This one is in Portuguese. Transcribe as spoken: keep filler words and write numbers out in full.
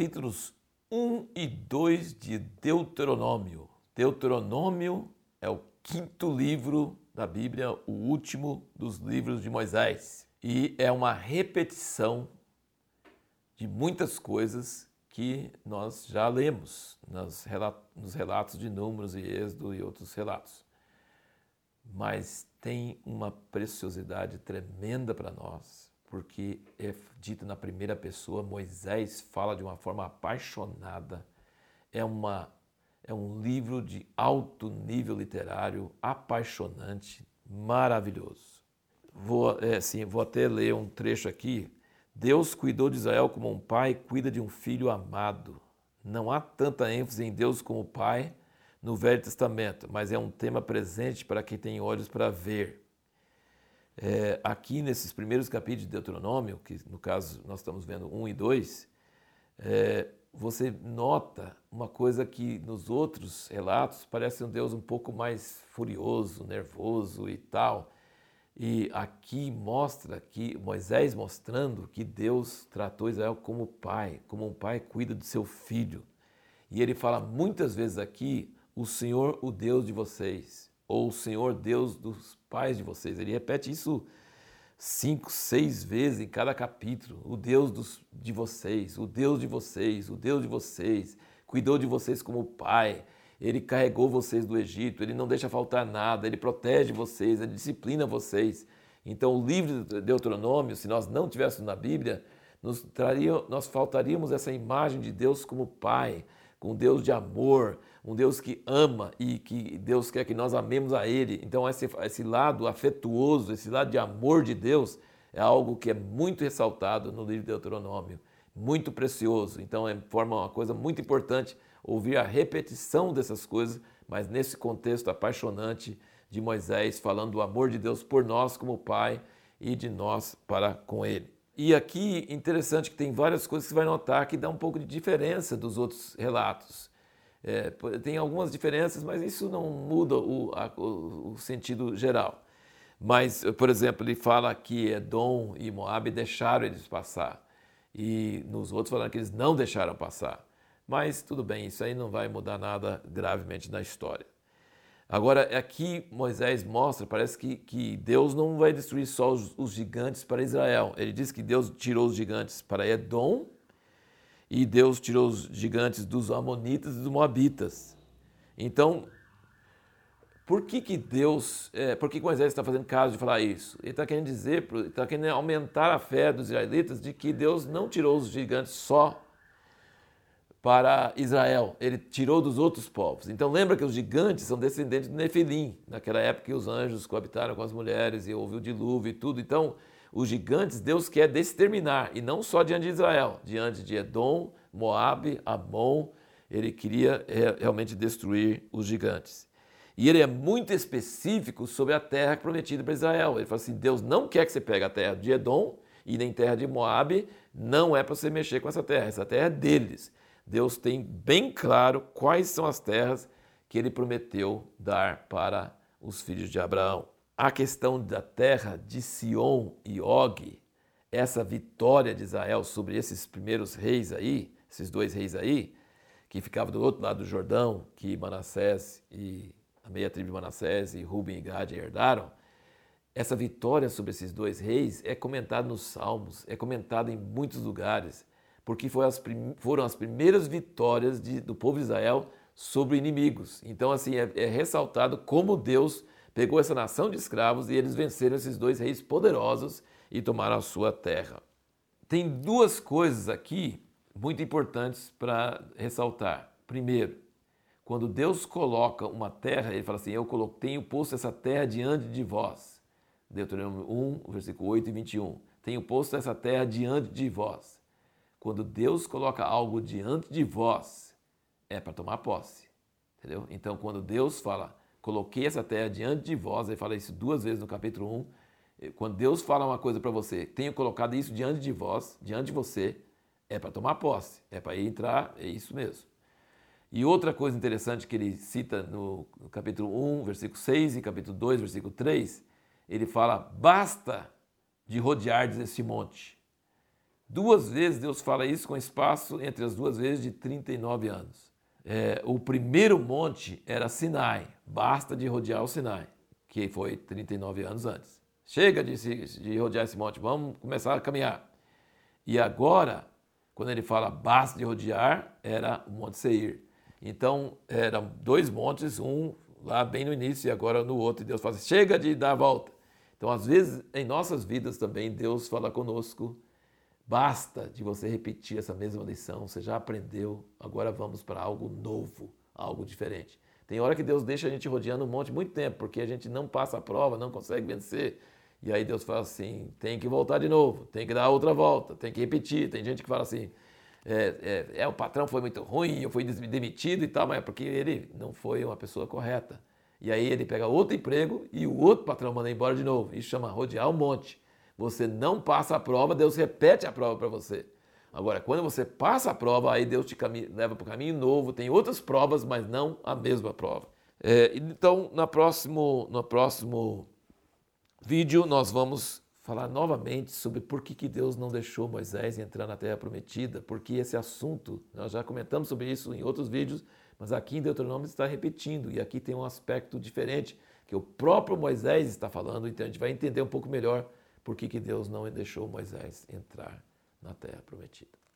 capítulos um e dois de Deuteronômio. Deuteronômio é o quinto livro da Bíblia, o último dos livros de Moisés. E é uma repetição de muitas coisas que nós já lemos nos relatos de Números e Êxodo e outros relatos. Mas tem uma preciosidade tremenda para nós, porque é dito na primeira pessoa, Moisés fala de uma forma apaixonada, é, uma, é um livro de alto nível literário, apaixonante, maravilhoso. Vou, é, assim, vou até ler um trecho aqui. Deus cuidou de Israel como um pai cuida de um filho amado. Não há tanta ênfase em Deus como pai no Velho Testamento, mas é um tema presente para quem tem olhos para ver. É, aqui nesses primeiros capítulos de Deuteronômio, que no caso nós estamos vendo um e dois, é, você nota uma coisa que nos outros relatos parece um Deus um pouco mais furioso, nervoso e tal. E aqui mostra que Moisés mostrando que Deus tratou Israel como pai, como um pai cuida do seu filho. E ele fala muitas vezes aqui, o Senhor, o Deus de vocês, ou o Senhor, Deus dos pais de vocês. Ele repete isso cinco, seis vezes em cada capítulo. O Deus dos, de vocês, o Deus de vocês, o Deus de vocês, cuidou de vocês como pai. Ele carregou vocês do Egito, Ele não deixa faltar nada, Ele protege vocês, Ele disciplina vocês. Então o livro de Deuteronômio, se nós não tivéssemos na Bíblia, nos traria, nós faltaríamos essa imagem de Deus como Pai, com um Deus de amor, um Deus que ama e que Deus quer que nós amemos a Ele. Então esse, esse lado afetuoso, esse lado de amor de Deus é algo que é muito ressaltado no livro de Deuteronômio, muito precioso. Então é, forma uma coisa muito importante ouvir a repetição dessas coisas, mas nesse contexto apaixonante de Moisés, falando do amor de Deus por nós como Pai e de nós para com Ele. E aqui, interessante que tem várias coisas que você vai notar que dá um pouco de diferença dos outros relatos. É, tem algumas diferenças, mas isso não muda o, a, o, o sentido geral. Mas, por exemplo, ele fala que Edom e Moabe deixaram eles passar, e nos outros falaram que eles não deixaram passar. Mas tudo bem, isso aí não vai mudar nada gravemente na história. Agora, aqui Moisés mostra, parece que, que Deus não vai destruir só os, os gigantes para Israel. Ele diz que Deus tirou os gigantes para Edom e Deus tirou os gigantes dos Amonitas e dos Moabitas. Então, por que que Deus, é, por que que Moisés está fazendo caso de falar isso? Ele está querendo dizer, está querendo aumentar a fé dos israelitas de que Deus não tirou os gigantes só para Israel, ele tirou dos outros povos. Então lembra que os gigantes são descendentes do Nefilim, naquela época que os anjos coabitaram com as mulheres e houve o dilúvio e tudo. Então os gigantes Deus quer exterminar, e não só diante de Israel, diante de Edom, Moabe, Amon, ele queria realmente destruir os gigantes. E ele é muito específico sobre a terra prometida para Israel. Ele fala assim, Deus não quer que você pegue a terra de Edom e nem terra de Moabe, não é para você mexer com essa terra, essa terra é deles. Deus tem bem claro quais são as terras que ele prometeu dar para os filhos de Abraão. A questão da terra de Sion e Og, essa vitória de Israel sobre esses primeiros reis aí, esses dois reis aí, que ficavam do outro lado do Jordão, que Manassés e a meia tribo de Manassés e Ruben e Gade herdaram, essa vitória sobre esses dois reis é comentada nos Salmos, é comentada em muitos lugares, porque foram as primeiras vitórias de, do povo de Israel sobre inimigos. Então, assim, é, é ressaltado como Deus pegou essa nação de escravos e eles venceram esses dois reis poderosos e tomaram a sua terra. Tem duas coisas aqui muito importantes para ressaltar. Primeiro, quando Deus coloca uma terra, ele fala assim, eu tenho posto essa terra diante de vós. Deuteronômio um, versículo oito e vinte e um. Tenho posto essa terra diante de vós. Quando Deus coloca algo diante de vós, é para tomar posse, entendeu? Então, quando Deus fala, coloquei essa terra diante de vós, ele fala isso duas vezes no capítulo um, quando Deus fala uma coisa para você, tenho colocado isso diante de vós, diante de você, é para tomar posse, é para entrar, é isso mesmo. E outra coisa interessante que ele cita no, no capítulo um, versículo seis e capítulo dois, versículo três, ele fala, basta de rodeardes esse monte. Duas vezes Deus fala isso com espaço entre as duas vezes de trinta e nove anos. É, o primeiro monte era Sinai, basta de rodear o Sinai, que foi trinta e nove anos antes. Chega de, de rodear esse monte, vamos começar a caminhar. E agora, quando ele fala basta de rodear, era o Monte Seir. Então, eram dois montes, um lá bem no início e agora no outro. E Deus fala assim, chega de dar a volta. Então, às vezes, em nossas vidas também, Deus fala conosco, basta de você repetir essa mesma lição, você já aprendeu, agora vamos para algo novo, algo diferente. Tem hora que Deus deixa a gente rodeando um monte muito tempo, porque a gente não passa a prova, não consegue vencer. E aí Deus fala assim, tem que voltar de novo, tem que dar outra volta, tem que repetir. Tem gente que fala assim, é, é, é o patrão foi muito ruim, eu fui demitido e tal, mas é porque ele não foi uma pessoa correta. E aí ele pega outro emprego e o outro patrão manda embora de novo. Isso chama rodear um monte. Você não passa a prova, Deus repete a prova para você. Agora, quando você passa a prova, aí Deus te leva para o caminho novo, tem outras provas, mas não a mesma prova. É, então, no próximo, no próximo vídeo, nós vamos falar novamente sobre por que, que Deus não deixou Moisés entrar na Terra Prometida, porque esse assunto, nós já comentamos sobre isso em outros vídeos, mas aqui em Deuteronômio está repetindo, e aqui tem um aspecto diferente, que o próprio Moisés está falando, então a gente vai entender um pouco melhor por que, que Deus não deixou Moisés entrar na Terra Prometida.